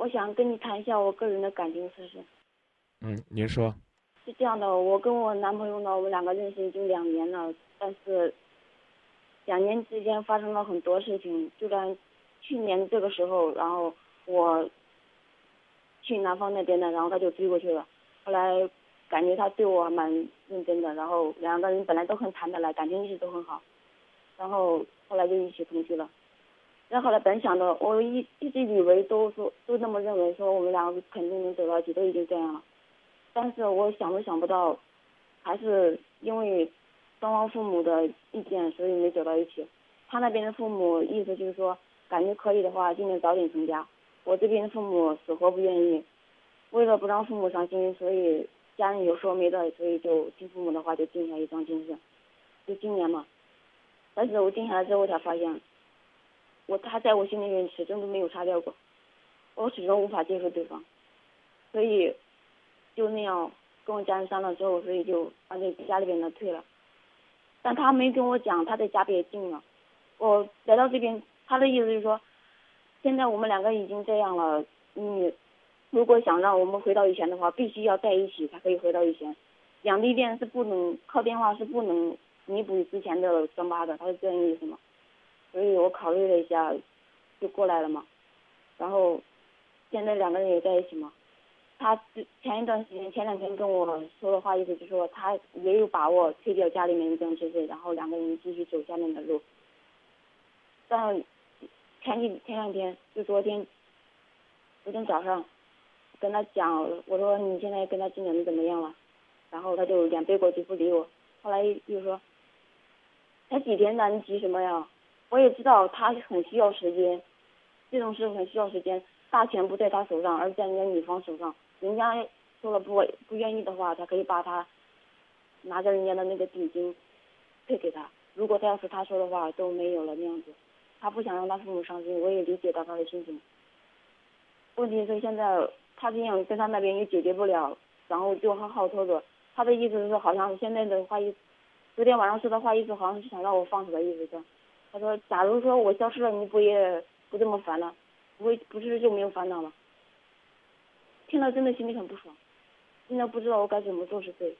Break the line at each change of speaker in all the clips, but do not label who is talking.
我想跟你谈一下我个人的感情事实。
您说。
是这样的，我跟我男朋友呢，我们两个认识已经2年了，但是2年之间发生了很多事情。就在去年这个时候，然后我去南方那边的，然后他就追过去了。后来感觉他对我还蛮认真的，然后两个人本来都很谈得来，感情一直都很好，然后后来就一起同居了。然后后来本想的，我一直以为都那么认为，说我们两个肯定能走到一起，都已经这样了。但是我想都想不到，还是因为双方父母的意见，所以没走到一起。他那边的父母意思就是说，感觉可以的话，今年早点成家。我这边的父母死活不愿意，为了不让父母伤心，所以家人有说没的，所以就听父母的话，就定下一桩亲事，就今年嘛。但是我定下来之后才发现，他在我心里面始终都没有擦掉过，我始终无法接受对方，所以就那样跟我家人商量之后，所以就把这家里边的退了。但他没跟我讲他在家别进了。我来到这边，他的意思就是说，现在我们两个已经这样了，你如果想让我们回到以前的话，必须要在一起才可以回到以前。两地恋是不能靠电话，是不能弥补之前的伤疤的，他是这样意思嘛。所以我考虑了一下，就过来了嘛。然后现在两个人也在一起嘛。他前2天跟我说的话，意思就是说他也有把握推掉家里面这种事情，然后两个人继续走下面的路。但前2天，就昨天早上跟他讲，我说你现在跟他进展的怎么样了？然后他就脸背过去不理我。后来又说才几天呢，你急什么呀？我也知道他很需要时间，这种事很需要时间，大权不在他手上，而在人家女方手上。人家说了不愿意的话，他可以把他拿着人家的那个定金退给他。如果他要是他说的话都没有了那样子，他不想让他父母伤心，我也理解到他的心情。问题是现在他这样跟他那边又解决不了，然后就很好拖着。他的意思是好像现在的话昨天晚上说的话意思好像是想让我放手的意思是。他说假如说我消失了，你也不这么烦了，不是就没有烦恼了。听了真的心里很不爽，现在不知道我该怎么做是对。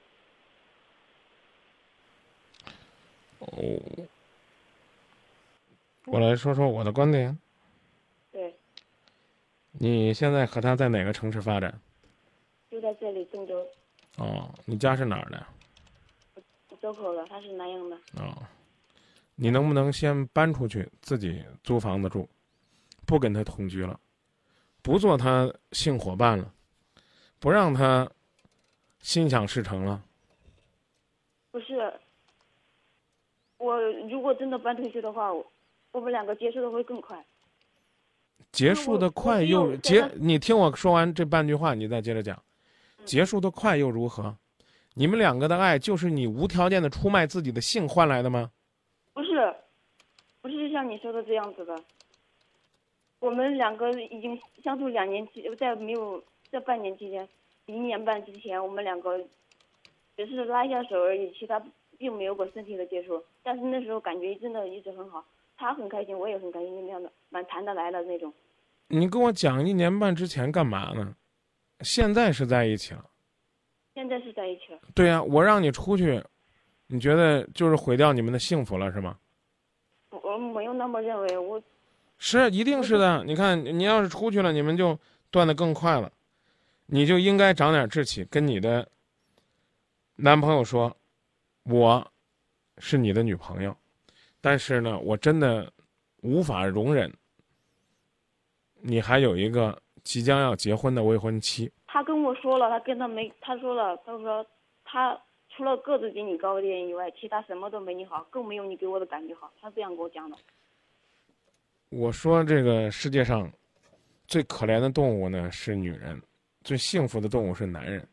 我来说说我的观点。
对，
你现在和他在哪个城市发展？
就在这里郑州。
你家是哪儿的？
周口的，他是南阳的。
你能不能先搬出去，自己租房子住，不跟他同居了，不做他性伙伴了，不让他心想事成了？
不是，我如果真的搬出去的话，我们两个结束的会更快。
结束的快你听我说完这半句话，你再接着讲。结束的快又如何？你们两个的爱就是你无条件的出卖自己的性换来的吗？
不是像你说的这样子的。我们两个已经相处2年在半年期间，1年半之前，我们两个只是拉一下手而已，其他并没有过身体的接触。但是那时候感觉真的一直很好，他很开心，我也很开心，那样的蛮谈得来的那种。
你跟我讲1年半之前干嘛呢？现在是在一起了。
现在是在一起了。
对呀，我让你出去，你觉得就是毁掉你们的幸福了是吗？
我没有那么认为，
是一定是的。你看，你要是出去了，你们就断得更快了。你就应该长点志气，跟你的男朋友说，我是你的女朋友，但是呢，我真的无法容忍你还有一个即将要结婚的未婚妻。
他跟我说了，他说他除了个子比你高一点以外，其他什么都没你好，更没有你给我的感觉好，他这样跟我讲的。
我说这个世界上最可怜的动物呢是女人，最幸福的动物是男人。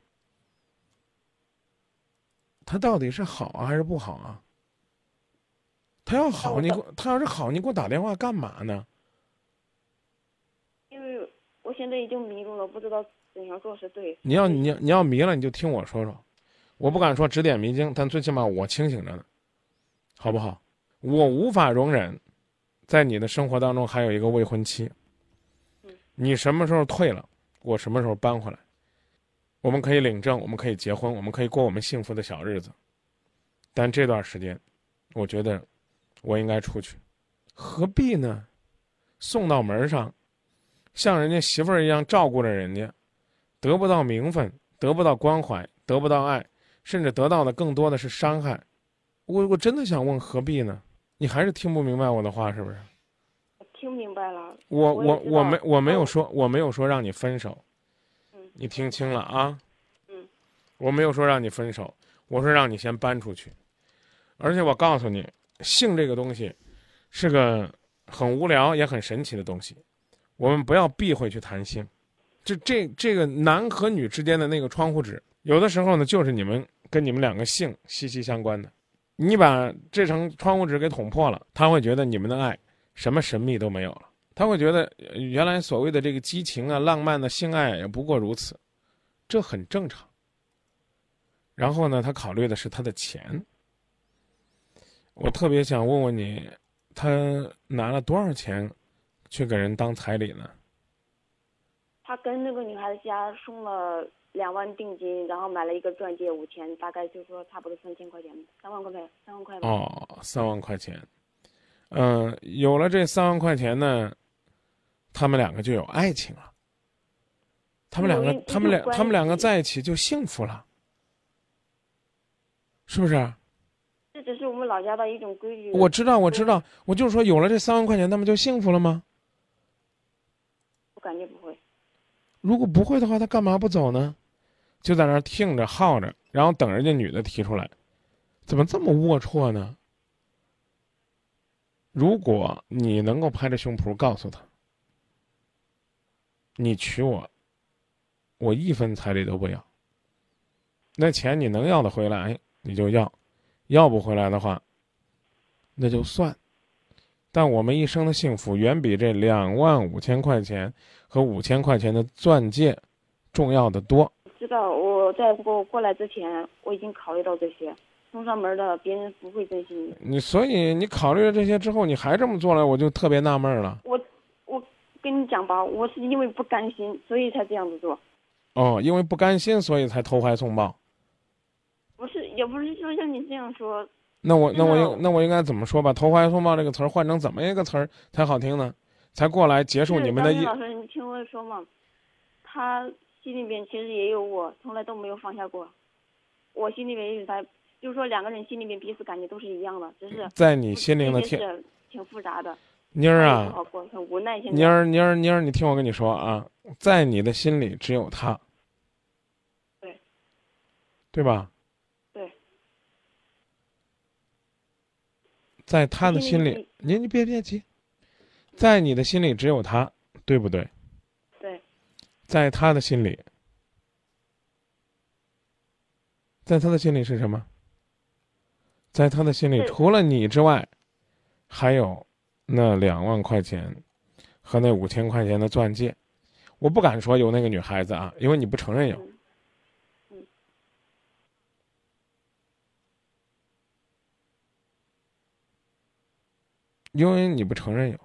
他到底是好啊还是不好啊？他要好，他要是好，你给我打电话干嘛呢？
因为我现在已经迷路了，不知道怎样做是对。
你要迷了，你就听我说说。我不敢说指点迷津，但最起码我清醒着呢，好不好？我无法容忍，在你的生活当中还有一个未婚妻。 你什么时候退了，我什么时候搬回来。我们可以领证，我们可以结婚，我们可以过我们幸福的小日子。但这段时间，我觉得我应该出去，何必呢？送到门上，像人家媳妇儿一样照顾着人家，得不到名分，得不到关怀，得不到爱，甚至得到的更多的是伤害。我真的想问，何必呢？你还是听不明白我的话，是不是？
我听明白了。
我没有说让你分手，你听清了啊？我没有说让你分手，我说让你先搬出去。而且我告诉你，性这个东西是个很无聊也很神奇的东西，我们不要避讳去谈性。这个男和女之间的那个窗户纸，有的时候呢，就是跟你们两个性息息相关的。你把这层窗户纸给捅破了，他会觉得你们的爱什么神秘都没有了，他会觉得原来所谓的这个激情啊、浪漫的性爱也不过如此，这很正常。然后呢，他考虑的是他的钱。我特别想问问你，他拿了多少钱去给人当彩礼呢？
他跟那个女孩子家送了2万定金，然后买了一个钻戒5000，大概就说差不多3000块钱，3万块呗，3万块吧。
哦，3万块钱。有了这3万块钱呢，他们两个就有爱情了。他们两个在一起就幸福了，是不是？
这只是我们老家的一种规矩。
我知道，我就是说，有了这3万块钱，他们就幸福了吗？
我感觉不会。
如果不会的话，他干嘛不走呢？就在那儿听着耗着，然后等人家女的提出来，怎么这么龌龊呢？如果你能够拍着胸脯告诉他，你娶我，我1分彩礼都不要。那钱你能要得回来，你就要；要不回来的话，那就算。但我们一生的幸福远比这25000块钱和5000块钱的钻戒重要的多。
知道，我在过来之前，我已经考虑到这些，送上门的别人不会珍惜你。
所以你考虑了这些之后，你还这么做了，我就特别纳闷了。
我跟你讲吧，我是因为不甘心，所以才这样子做。
哦，因为不甘心，所以才投怀送抱。
不是，也不是说像你这样说。
那我应该怎么说吧？投怀送抱这个词儿换成怎么一个词儿才好听呢？才过来结束你们的
老师，你听我说嘛，他心里边其实也有我，从来都没有放下过。我心里面也有他，就是说2个人心里面彼此感觉都是一样的，只是
在你心灵的
挺复杂的。
妮儿啊，
不好过，很无奈。现在
妮儿，你听我跟你说啊，在你的心里只有他。
对。
对吧？
对。
在他的心里，你别急，在你的心里只有他，对不对？
对。
在他的心里，在他的心里是什么？在他的心里，除了你之外，还有那2万块钱和那5000块钱的钻戒。我不敢说有那个女孩子啊，因为你不承认有。因为你不承认有，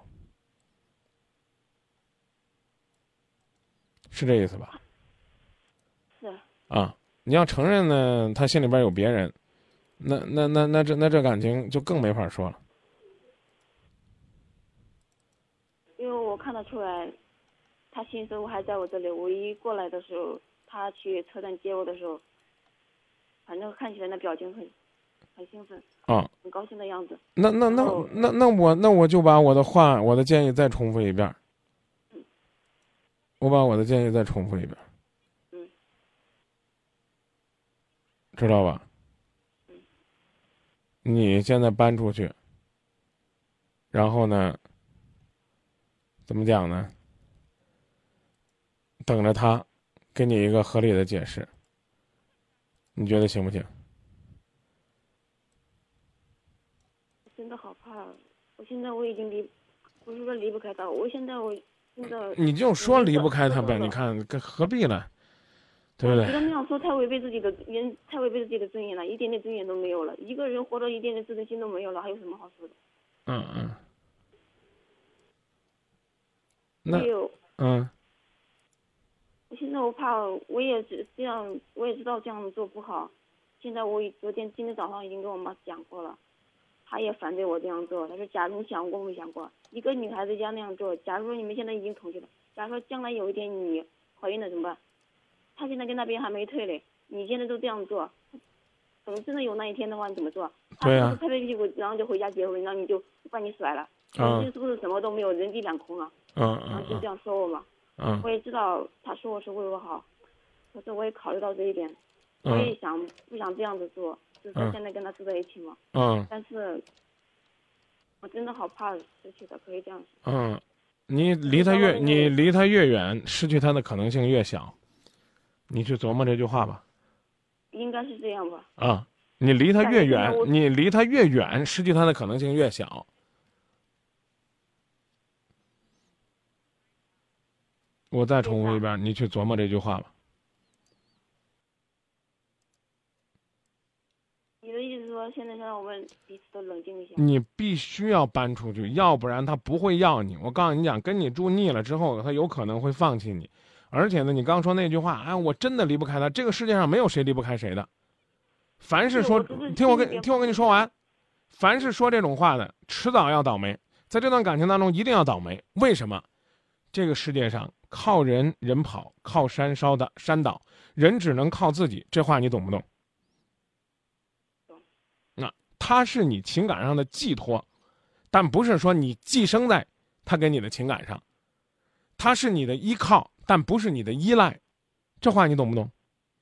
是这意思吧？
是。
啊，你要承认呢，他心里边有别人，那这感情就更没法说了。
因为我看得出来，他心思还在我这里。我一过来的时候，他去车站接我的时候，反正看起来那表情很兴奋
啊，
很高兴的样子。
那我就把我的建议再重复一遍。我把我的建议再重复一遍。知道吧？你现在搬出去，然后呢，怎么讲呢？等着他给你一个合理的解释，你觉得行不行？
真的好怕，我现在我已经不是说离不开他，我现在真的。
你就说离不开他呗，你看何必呢？对不对？
我觉得那样说太违背自己的尊严了，一点点尊严都没有了。一个人活到一点点自尊心都没有了，还有什么好说的？ 现在我怕，我也是这样，我也知道这样做不好。现在今天早上已经跟我妈讲过了，她也反对我这样做。她说：“假如你想过没想过，一个女孩子家那样做，假如说你们现在已经同居了，假如说将来有一天你怀孕了怎么办？她现在跟那边还没退嘞，你现在都这样做，等真的有那一天的话，你怎么做？
对呀、
拍拍屁股，然后就回家结婚，然后你就把你甩了，
嗯
你是不是什么都没有，人地两空了？
嗯嗯嗯
然后就这样说我嘛。我也知道他说我是为我好，可是我也考虑到这一点，我也不想这样子做，就是说现在跟他住在一起嘛。但是我真的好怕失去他，可以这样说。
你离他越远，失去他的可能性越小。你去琢磨这句话吧。
应该是这样吧。
你离他越远，失去他的可能性越小。我再重复一遍，你去琢磨这句话吧。
你的意思是说，现在让我们彼此都冷静一下？
你必须要搬出去，要不然他不会要你。我告诉你讲，跟你住腻了之后，他有可能会放弃你。而且呢，你刚说那句话，我真的离不开他。这个世界上没有谁离不开谁的。凡是说，听我跟你说完，凡是说这种话的，迟早要倒霉。在这段感情当中，一定要倒霉。为什么？这个世界上靠人跑，靠山倒，人只能靠自己。这话你懂不懂？他是你情感上的寄托，但不是说你寄生在他给你的情感上。他是你的依靠，但不是你的依赖。这话你懂不懂？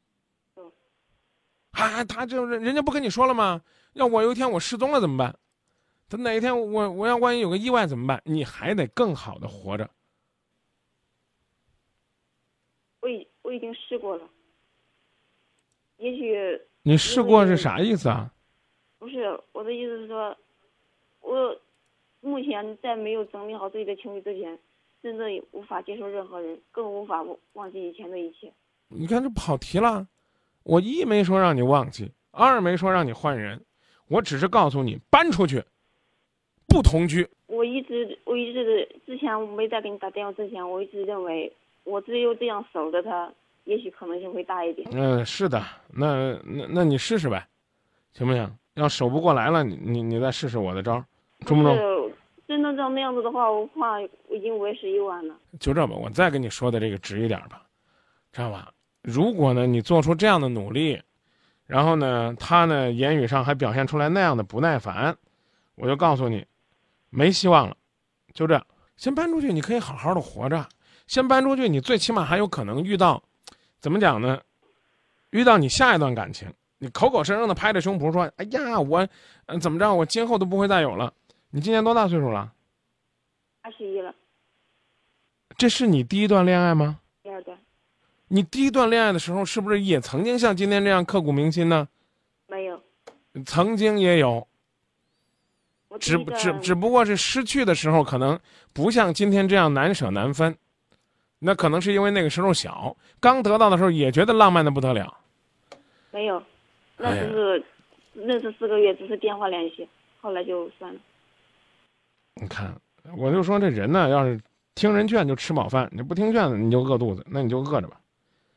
他这人家不跟你说了吗？要我有一天我失踪了怎么办？他哪一天我要万一有个意外怎么办？你还得更好的活着。
我已经试过了，也许
你试过是啥意思啊？
不是，我的意思是说，我目前在没有整理好自己的情绪之前，真的无法接受任何人，更无法忘记以前的一切。
你看这跑题了，我一没说让你忘记，二没说让你换人，我只是告诉你搬出去，不同居。
我一直之前没在给你打电话之前，我一直认为我只有这样守着他，也许可能性会大一点。
是的，那你试试呗，行不行？要守不过来了，你再试试我的招，中不中？
真的照那样子的话，我怕我已经为时已晚了。
就这吧，我再跟你说的这个直一点吧，知道吧？如果呢你做出这样的努力，然后呢他呢言语上还表现出来那样的不耐烦，我就告诉你，没希望了。就这样，先搬出去，你可以好好的活着。先搬出去，你最起码还有可能遇到，怎么讲呢？遇到你下一段感情。你口口声声的拍着胸脯说：“哎呀，我，怎么着？我今后都不会再有了。”你今年多大岁数了
？21了。
这是你第一段恋爱吗？
第二段。
你第一段恋爱的时候，是不是也曾经像今天这样刻骨铭心呢？
没有。
曾经也有。只不过是失去的时候，可能不像今天这样难舍难分。那可能是因为那个时候小，刚得到的时候也觉得浪漫的不得了。
没有。那只是认识4个月，只是电话联系，后来就算了。
你看，我就说这人呢，要是听人劝就吃饱饭，你不听劝你就饿肚子，那你就饿着吧。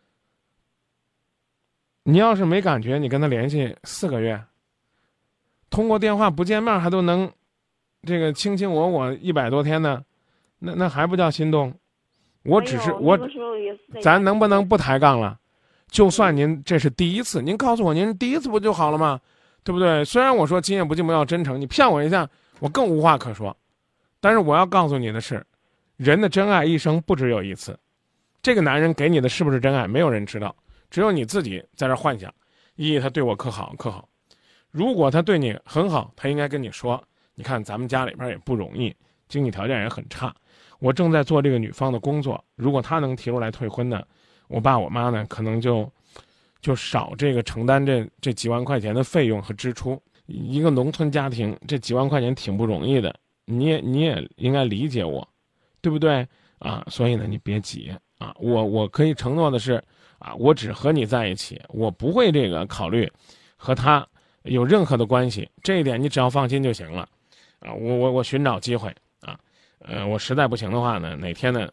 你要是没感觉，你跟他联系4个月，通过电话不见面还都能，这个卿卿我我100多天呢，那还不叫心动？咱能不能不抬杠了？就算您这是第一次，您告诉我您第一次不就好了吗？对不对？虽然我说今夜不寂寞要真诚，你骗我一下，我更无话可说。但是我要告诉你的是，人的真爱一生不只有一次。这个男人给你的是不是真爱，没有人知道，只有你自己在这幻想。他对我可好可好。如果他对你很好，他应该跟你说，你看咱们家里边也不容易，经济条件也很差，我正在做这个女方的工作。如果他能提出来退婚呢，我爸我妈呢可能就少这个承担这几万块钱的费用和支出。一个农村家庭这几万块钱挺不容易的，你也应该理解我，对不对啊？所以呢你别急啊，我可以承诺的是啊，我只和你在一起，我不会这个考虑和他有任何的关系，这一点你只要放心就行了啊。我寻找机会啊，我实在不行的话呢，哪天呢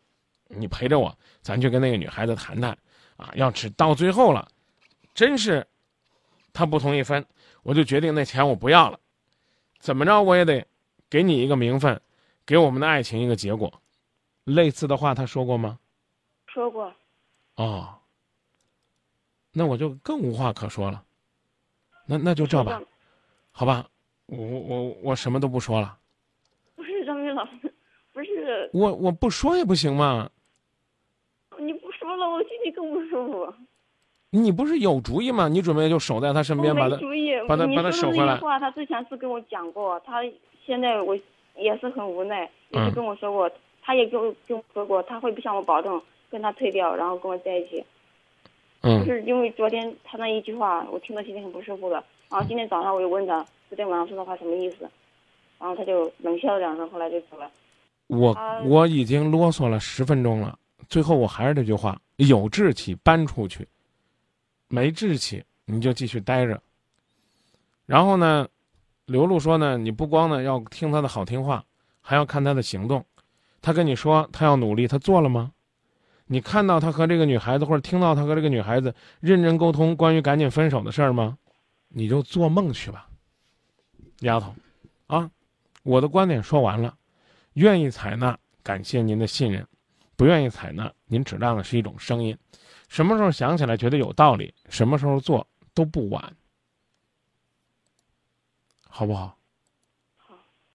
你陪着我，咱去跟那个女孩子谈谈，啊，要是到最后了，真是她不同意分，我就决定那钱我不要了，怎么着我也得给你一个名分，给我们的爱情一个结果。类似的话他说过吗？
说过。
哦，那我就更无话可说了，那就这吧，好吧，我什么都不说了。
不是张明老师，不是
我不说也不行吗？
你不说了，我心里更不舒服。
你不是有主意吗？你准备就守在他身边，把他守回来。
你说的那句话，他之前是跟我讲过，他现在我也是很无奈，也是跟我说过，他也跟我说过，他会不向我保证跟他退掉，然后跟我在一起。就是因为昨天他那一句话，我听得心里很不舒服了。然后今天早上我又问他昨天晚上说的话什么意思，然后他就冷笑了2声，后来就走了。
我已经啰嗦了10分钟了，最后我还是这句话：有志气搬出去，没志气你就继续待着。然后呢，刘露说呢，你不光呢要听他的好听话，还要看他的行动。他跟你说他要努力，他做了吗？你看到他和这个女孩子，或者听到他和这个女孩子认真沟通关于赶紧分手的事儿吗？你就做梦去吧，丫头，啊，我的观点说完了，愿意采纳，感谢您的信任；不愿意采纳，您只当的是一种声音。什么时候想起来觉得有道理，什么时候做都不晚，好不好？